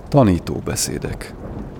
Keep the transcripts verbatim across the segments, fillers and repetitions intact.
Tanítóbeszédek.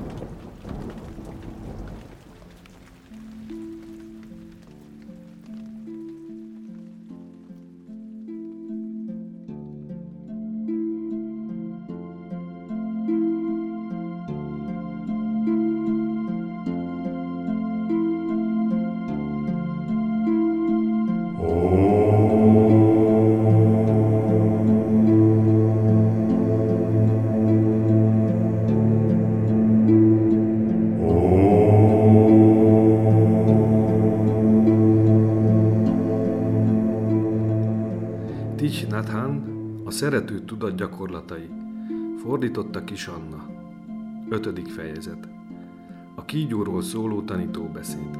Thich Nhat Hanh, a szerető tudat gyakorlatai. Fordította Kis Anna. Ötödik fejezet. A kígyóról szóló tanítóbeszéd.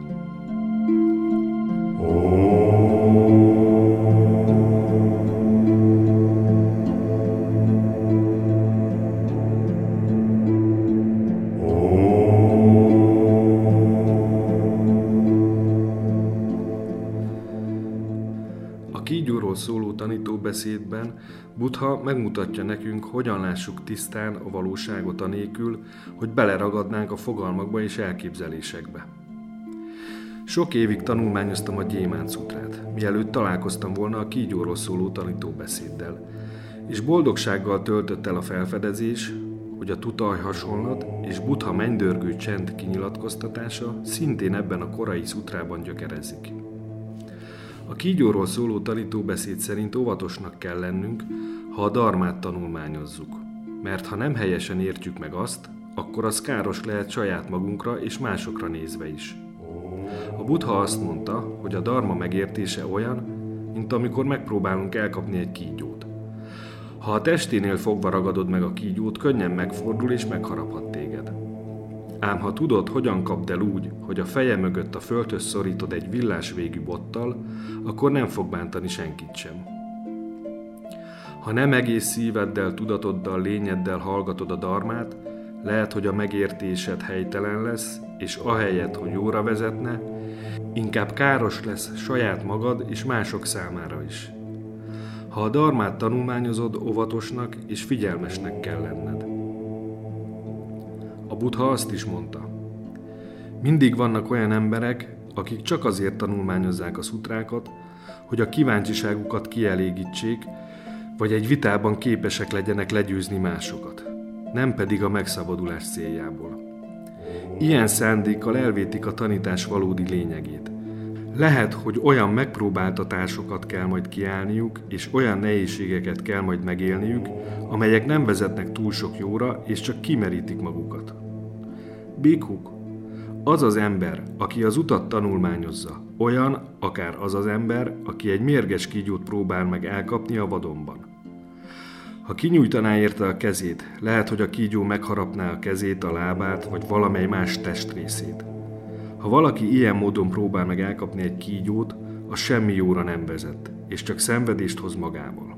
A kígyóról szóló tanítóbeszédben Buddha megmutatja nekünk, hogyan lássuk tisztán a valóságot anélkül, hogy beleragadnánk a fogalmakba és elképzelésekbe. Sok évig tanulmányoztam a Gyémánt Szutrát, mielőtt találkoztam volna a kígyóról szóló tanítóbeszéddel, és boldogsággal töltött el a felfedezés, hogy a tutaj hasonlat és Buddha mennydörgő csend kinyilatkoztatása szintén ebben a korai szutrában gyökerezik. A kígyóról szóló tanítóbeszéd szerint óvatosnak kell lennünk, ha a dharmát tanulmányozzuk, mert ha nem helyesen értjük meg azt, akkor az káros lehet saját magunkra és másokra nézve is. A Buddha azt mondta, hogy a dharma megértése olyan, mint amikor megpróbálunk elkapni egy kígyót. Ha a testénél fogva ragadod meg a kígyót, könnyen megfordul és megharaphat téged. Ám ha tudod, hogyan kapd el úgy, hogy a feje mögött a földhöz szorítod egy villásvégű bottal, akkor nem fog bántani senkit sem. Ha nem egész szíveddel, tudatoddal, lényeddel hallgatod a dharmát, lehet, hogy a megértésed helytelen lesz, és ahelyett, hogy jóra vezetne, inkább káros lesz saját magad és mások számára is. Ha a dharmát tanulmányozod, óvatosnak és figyelmesnek kell lenned. A Buddha azt is mondta: mindig vannak olyan emberek, akik csak azért tanulmányozzák a szutrákat, hogy a kíváncsiságukat kielégítsék, vagy egy vitában képesek legyenek legyőzni másokat, nem pedig a megszabadulás céljából. Ilyen szándékkal elvétik a tanítás valódi lényegét. Lehet, hogy olyan megpróbáltatásokat kell majd kiállniuk, és olyan nehézségeket kell majd megélniük, amelyek nem vezetnek túl sok jóra, és csak kimerítik magukat. Bhikkhuk, az az ember, aki az utat tanulmányozza, olyan, akár az az ember, aki egy mérges kígyót próbál meg elkapni a vadonban. Ha kinyújtaná érte a kezét, lehet, hogy a kígyó megharapná a kezét, a lábát, vagy valamely más testrészét. Ha valaki ilyen módon próbál meg elkapni egy kígyót, az semmi jóra nem vezet, és csak szenvedést hoz magával.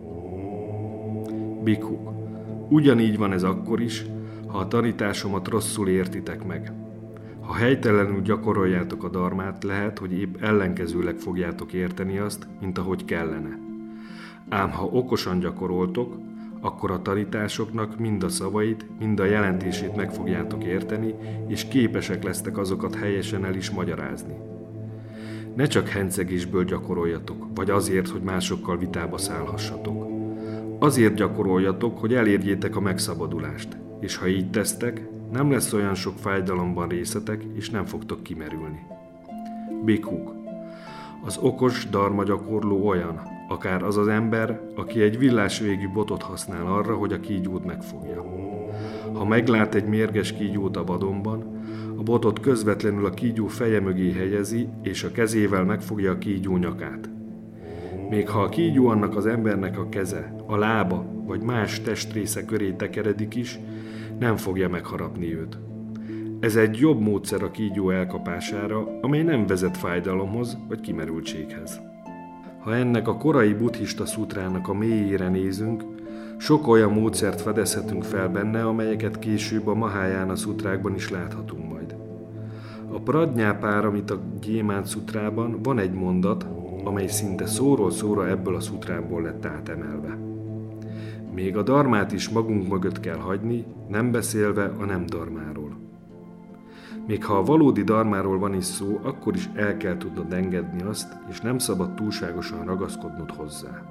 Bhikkhuk, ugyanígy van ez akkor is, ha a tanításomat rosszul értitek meg. Ha helytelenül gyakoroljátok a dharmát, lehet, hogy épp ellenkezőleg fogjátok érteni azt, mint ahogy kellene. Ám ha okosan gyakoroltok, akkor a tanításoknak mind a szavait, mind a jelentését meg fogjátok érteni, és képesek lesztek azokat helyesen el is magyarázni. Ne csak hencegésből gyakoroljatok, vagy azért, hogy másokkal vitába szállhassatok. Azért gyakoroljatok, hogy elérjétek a megszabadulást, és ha így tesztek, nem lesz olyan sok fájdalomban részetek, és nem fogtok kimerülni. Bhikkhuk, az okos dharma gyakorló olyan, akár az az ember, aki egy villásvégű botot használ arra, hogy a kígyót megfogja. Ha meglát egy mérges kígyót a vadonban, a botot közvetlenül a kígyó feje mögé helyezi, és a kezével megfogja a kígyó nyakát. Még ha a kígyó annak az embernek a keze, a lába vagy más testrésze köré tekeredik is, nem fogja megharapni őt. Ez egy jobb módszer a kígyó elkapására, amely nem vezet fájdalomhoz vagy kimerültséghez. Ha ennek a korai buddhista szutrának a mélyére nézünk, sok olyan módszert fedezhetünk fel benne, amelyeket később a Mahájána szutrákban is láthatunk majd. A Pradnyápáramita Gyémánt szutrában van egy mondat, amely szinte szóról szóra ebből a szutrából lett átemelve. Még a dharmát is magunk mögött kell hagyni, nem beszélve a nem dharmáról. Még ha a valódi dharmáról van is szó, akkor is el kell tudnod engedni azt, és nem szabad túlságosan ragaszkodnod hozzá.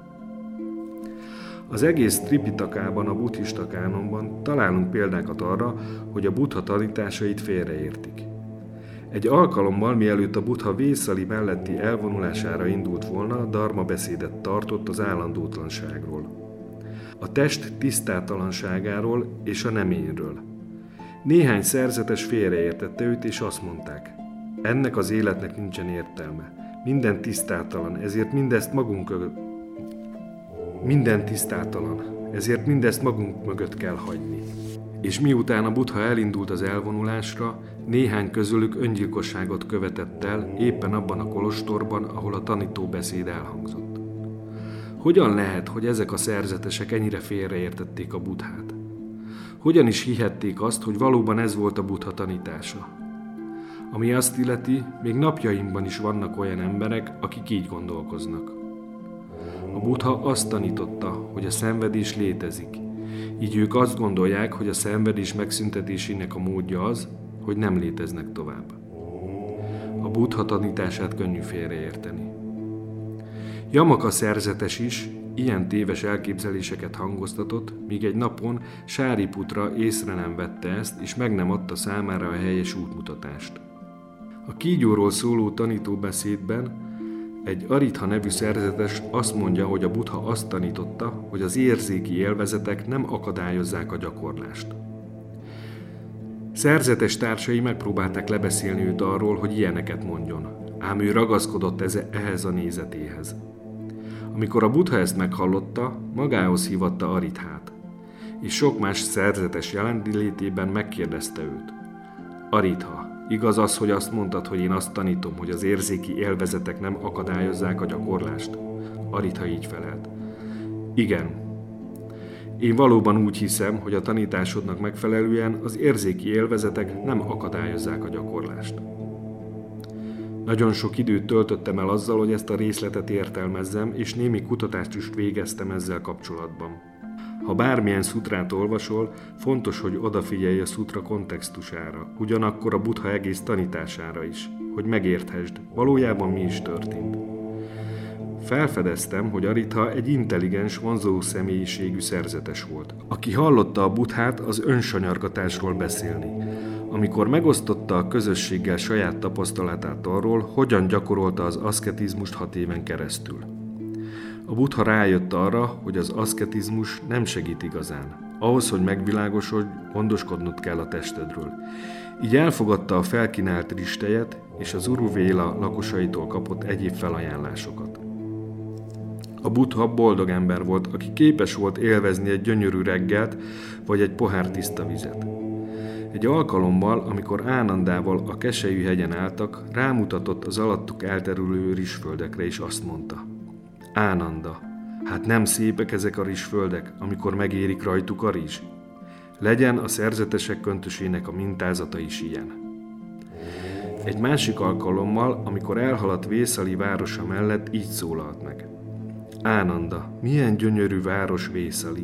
Az egész Tripitakában, a buddhista kánonban találunk példákat arra, hogy a Buddha tanításait félreértik. Egy alkalommal, mielőtt a Buddha Vészali melletti elvonulására indult volna, dharma beszédet tartott az állandótlanságról, a test tisztátalanságáról és a neményről. Néhány szerzetes félreértette őt, és azt mondták: ennek az életnek nincsen értelme. Minden tisztátalan, ezért mindezt magunk Minden tisztátalan, ezért mindezt magunk mögött kell hagyni. És miután a Buddha elindult az elvonulásra, néhány közülük öngyilkosságot követett el éppen abban a kolostorban, ahol a tanítóbeszéd elhangzott. Hogyan lehet, hogy ezek a szerzetesek ennyire félreértették a Buddhát? Hogyan is hihették azt, hogy valóban ez volt a Buddha tanítása? Ami azt illeti, még napjainkban is vannak olyan emberek, akik így gondolkoznak. A Buddha azt tanította, hogy a szenvedés létezik, így ők azt gondolják, hogy a szenvedés megszüntetésének a módja az, hogy nem léteznek tovább. A Buddha tanítását könnyű félreérteni. Jamaka szerzetes is ilyen téves elképzeléseket hangoztatott, míg egy napon Sáriputra észre nem vette ezt, és meg nem adta számára a helyes útmutatást. A kígyóról szóló tanítóbeszédben egy Aritha nevű szerzetes azt mondja, hogy a Buddha azt tanította, hogy az érzéki élvezetek nem akadályozzák a gyakorlást. Szerzetes társai megpróbálták lebeszélni őt arról, hogy ilyeneket mondjon, ám ő ragaszkodott ehhez a nézetéhez. Amikor a Buddha ezt meghallotta, magához hívatta Arithát, és sok más szerzetes jelenlétében megkérdezte őt: Aritha, igaz az, hogy azt mondtad, hogy én azt tanítom, hogy az érzéki élvezetek nem akadályozzák a gyakorlást? Aritha így felelt: igen. Én valóban úgy hiszem, hogy a tanításodnak megfelelően az érzéki élvezetek nem akadályozzák a gyakorlást. Nagyon sok időt töltöttem el azzal, hogy ezt a részletet értelmezzem, és némi kutatást is végeztem ezzel kapcsolatban. Ha bármilyen szutrát olvasol, fontos, hogy odafigyelj a szutra kontextusára, ugyanakkor a Buddha egész tanítására is, hogy megérthesd, valójában mi is történt. Felfedeztem, hogy Aritha egy intelligens, vonzó személyiségű szerzetes volt, aki hallotta a Buddhát az önsanyargatásról beszélni, amikor megosztotta a közösséggel saját tapasztalatát arról, hogyan gyakorolta az aszketizmust hat éven keresztül. A Buddha rájött arra, hogy az aszketizmus nem segít igazán. Ahhoz, hogy megvilágosodj, gondoskodnod kell a testedről. Így elfogadta a felkínált rizstejet és az Uruvéla lakosaitól kapott egyéb felajánlásokat. A Buddha boldog ember volt, aki képes volt élvezni egy gyönyörű reggelt vagy egy pohár tiszta vizet. Egy alkalommal, amikor Ánandával a Keselyű hegyen álltak, rámutatott az alattuk elterülő rizsföldekre, és azt mondta: Ánanda, hát nem szépek ezek a rizsföldek, amikor megérik rajtuk a rizs? Legyen a szerzetesek köntösének a mintázata is ilyen. Egy másik alkalommal, amikor elhaladt Vészali városa mellett, így szólalt meg: Ánanda, milyen gyönyörű város Vészali!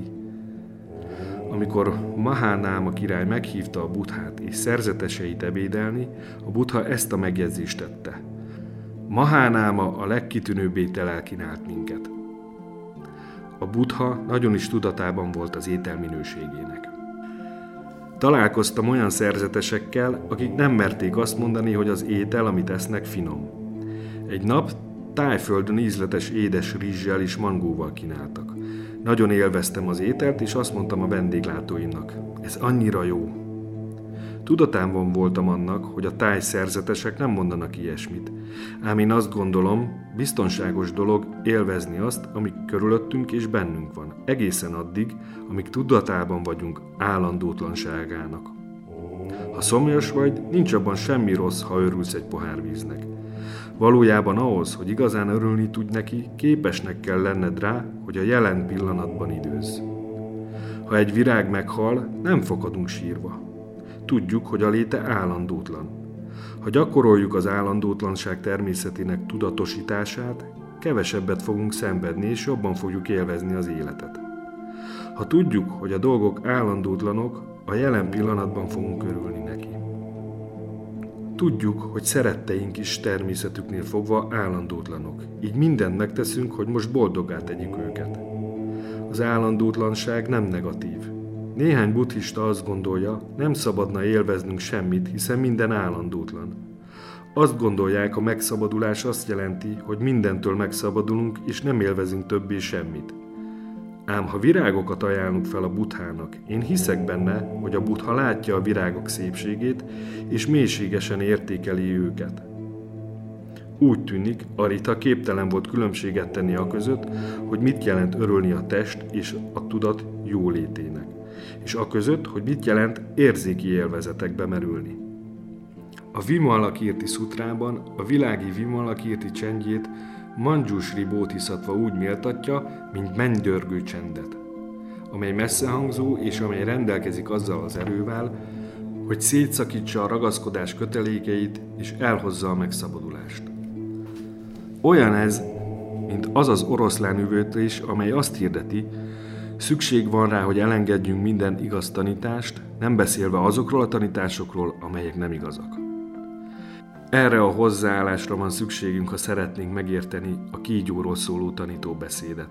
Amikor Mahánáma király meghívta a Buddhát és szerzeteseit ebédelni, a Buddha ezt a megjegyzést tette: Mahánáma a legkitűnőbb étellel kínált minket. A Buddha nagyon is tudatában volt az étel minőségének. Találkoztam olyan szerzetesekkel, akik nem merték azt mondani, hogy az étel, amit esznek, finom. Egy nap Tájföldön ízletes édes rizssel és mangóval kínáltak. Nagyon élveztem az ételt, és azt mondtam a vendéglátóimnak: ez annyira jó. Tudatában voltam annak, hogy a táj szerzetesek nem mondanak ilyesmit, ám én azt gondolom, biztonságos dolog élvezni azt, ami körülöttünk és bennünk van, egészen addig, amíg tudatában vagyunk állandótlanságának. Ha szomjas vagy, nincs abban semmi rossz, ha örülsz egy pohár víznek. Valójában ahhoz, hogy igazán örülni tudj neki, képesnek kell lenned rá, hogy a jelen pillanatban időzz. Ha egy virág meghal, nem fakadunk sírva. Tudjuk, hogy a léte állandótlan. Ha gyakoroljuk az állandótlanság természetének tudatosítását, kevesebbet fogunk szenvedni, és jobban fogjuk élvezni az életet. Ha tudjuk, hogy a dolgok állandótlanok, a jelen pillanatban fogunk örülni neki. Tudjuk, hogy szeretteink is természetüknél fogva állandótlanok, így mindent megteszünk, hogy most boldoggá tegyük őket. Az állandótlanság nem negatív. Néhány buddhista azt gondolja, nem szabadna élveznünk semmit, hiszen minden állandótlan. Azt gondolják, a megszabadulás azt jelenti, hogy mindentől megszabadulunk, és nem élvezünk többé semmit. Ám ha virágokat ajánlunk fel a Buddhának, én hiszek benne, hogy a Buddha látja a virágok szépségét, és mélységesen értékeli őket. Úgy tűnik, Arita képtelen volt különbséget tenni a között, hogy mit jelent örülni a test és a tudat jólétének, és a között, hogy mit jelent érzéki élvezetekbe merülni. A Vimalakirti szutrában a világi Vimalakirti csendjét Manjushri Bodhisattva úgy méltatja, mint mennydörgő csendet, amely messzehangzó és amely rendelkezik azzal az erővel, hogy szétszakítsa a ragaszkodás kötelékeit és elhozza a megszabadulást. Olyan ez, mint az az oroszlán üvöltés, amely azt hirdeti, szükség van rá, hogy elengedjünk minden igaz tanítást, nem beszélve azokról a tanításokról, amelyek nem igazak. Erre a hozzáállásra van szükségünk, ha szeretnénk megérteni a kígyóról szóló tanítóbeszédet.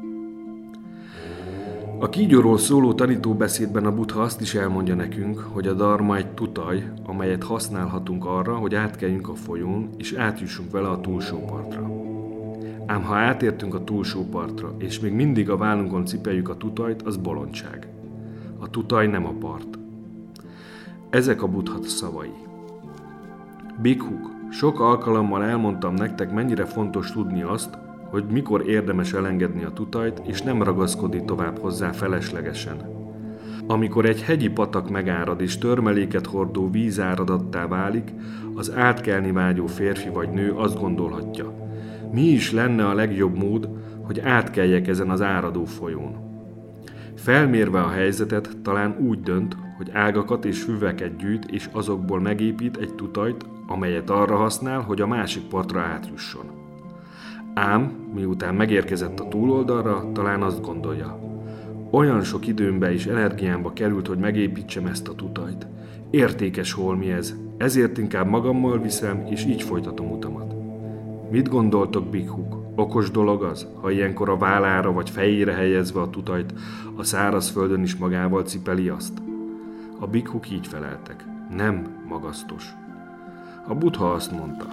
A kígyóról szóló tanítóbeszédben a Buddha azt is elmondja nekünk, hogy a dharma egy tutaj, amelyet használhatunk arra, hogy átkeljünk a folyón, és átjussunk vele a túlsó partra. Ám ha átértünk a túlsó partra, és még mindig a vállunkon cipeljük a tutajt, az bolondság. A tutaj nem a part. Ezek a Buddha szavai. Bhikkhuk, sok alkalommal elmondtam nektek, mennyire fontos tudni azt, hogy mikor érdemes elengedni a tutajt, és nem ragaszkodni tovább hozzá feleslegesen. Amikor egy hegyi patak megárad és törmeléket hordó vízáradattá válik, az átkelni vágyó férfi vagy nő azt gondolhatja, mi is lenne a legjobb mód, hogy átkeljek ezen az áradó folyón. Felmérve a helyzetet, talán úgy dönt, hogy ágakat és füveket gyűjt, és azokból megépít egy tutajt, amelyet arra használ, hogy a másik partra átjusson. Ám, miután megérkezett a túloldalra, talán azt gondolja, olyan sok időmbe és energiámba került, hogy megépítsem ezt a tutajt. Értékes holmi ez, ezért inkább magammal viszem, és így folytatom utamat. Mit gondoltok, Bhikkhuk? Okos dolog az, ha ilyenkor a vállára vagy fejére helyezve a tutajt, a szárazföldön is magával cipeli azt? A bhikkhuk így feleltek. Nem magasztos. A Buddha azt mondta.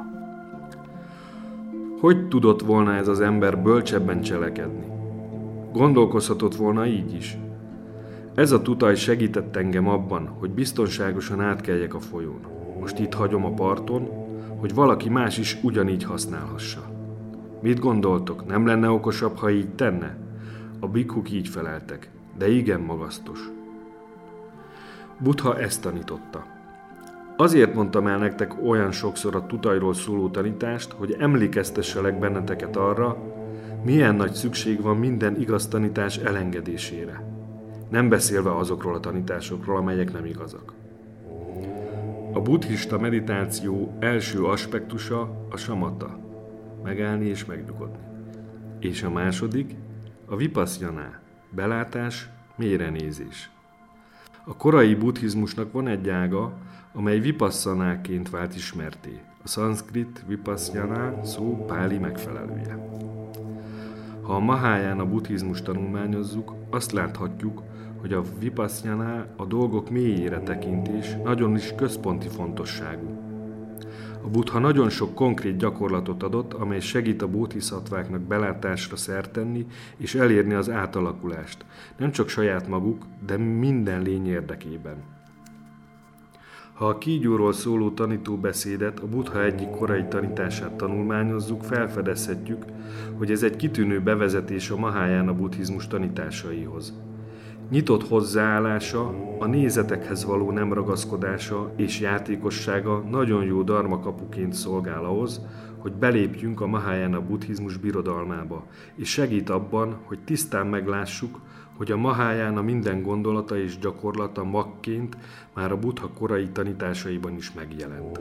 Hogy tudott volna ez az ember bölcsebben cselekedni? Gondolkozhatott volna így is. Ez a tutaj segített engem abban, hogy biztonságosan átkeljek a folyón. Most itt hagyom a parton, hogy valaki más is ugyanígy használhassa. Mit gondoltok, nem lenne okosabb, ha így tenne? A bhikkhuk így feleltek. De igen magasztos. Buddha ezt tanította. Azért mondtam el nektek olyan sokszor a tutajról szóló tanítást, hogy emlékeztesselek benneteket arra, milyen nagy szükség van minden igaz tanítás elengedésére. Nem beszélve azokról a tanításokról, amelyek nem igazak. A buddhista meditáció első aspektusa a samatha, megállni és megnyugodni. És a második a vipassana, belátás, mélyrenézés. A korai buddhizmusnak van egy ága, amely vipassanáként vált ismerté. A szanszkrit vipassana szó páli megfelelője. Ha a Mahayana buddhizmus tanulmányozzuk, azt láthatjuk, hogy a vipassana a dolgok mélyére tekintés nagyon is központi fontosságú. A Buddha nagyon sok konkrét gyakorlatot adott, amely segít a bodhisattváknak belátásra szert tenni és elérni az átalakulást, nem csak saját maguk, de minden lény érdekében. Ha a kígyóról szóló tanítóbeszédet, a Buddha egyik korai tanítását tanulmányozzuk, felfedezhetjük, hogy ez egy kitűnő bevezetés a Mahayana buddhizmus tanításaihoz. Nyitott hozzáállása, a nézetekhez való nem ragaszkodása és játékossága nagyon jó dharmakapuként szolgál ahhoz, hogy belépjünk a Mahayana buddhizmus birodalmába, és segít abban, hogy tisztán meglássuk, hogy a Mahayana minden gondolata és gyakorlata magként már a Buddha korai tanításaiban is megjelent.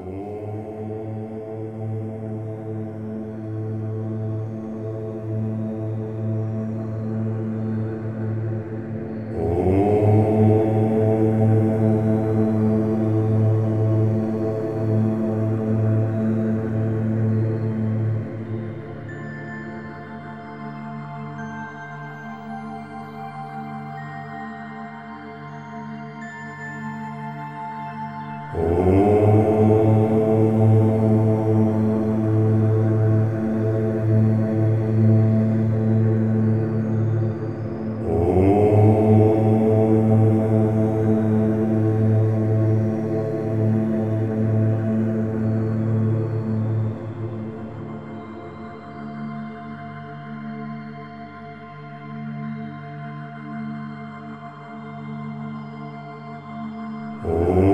Oh.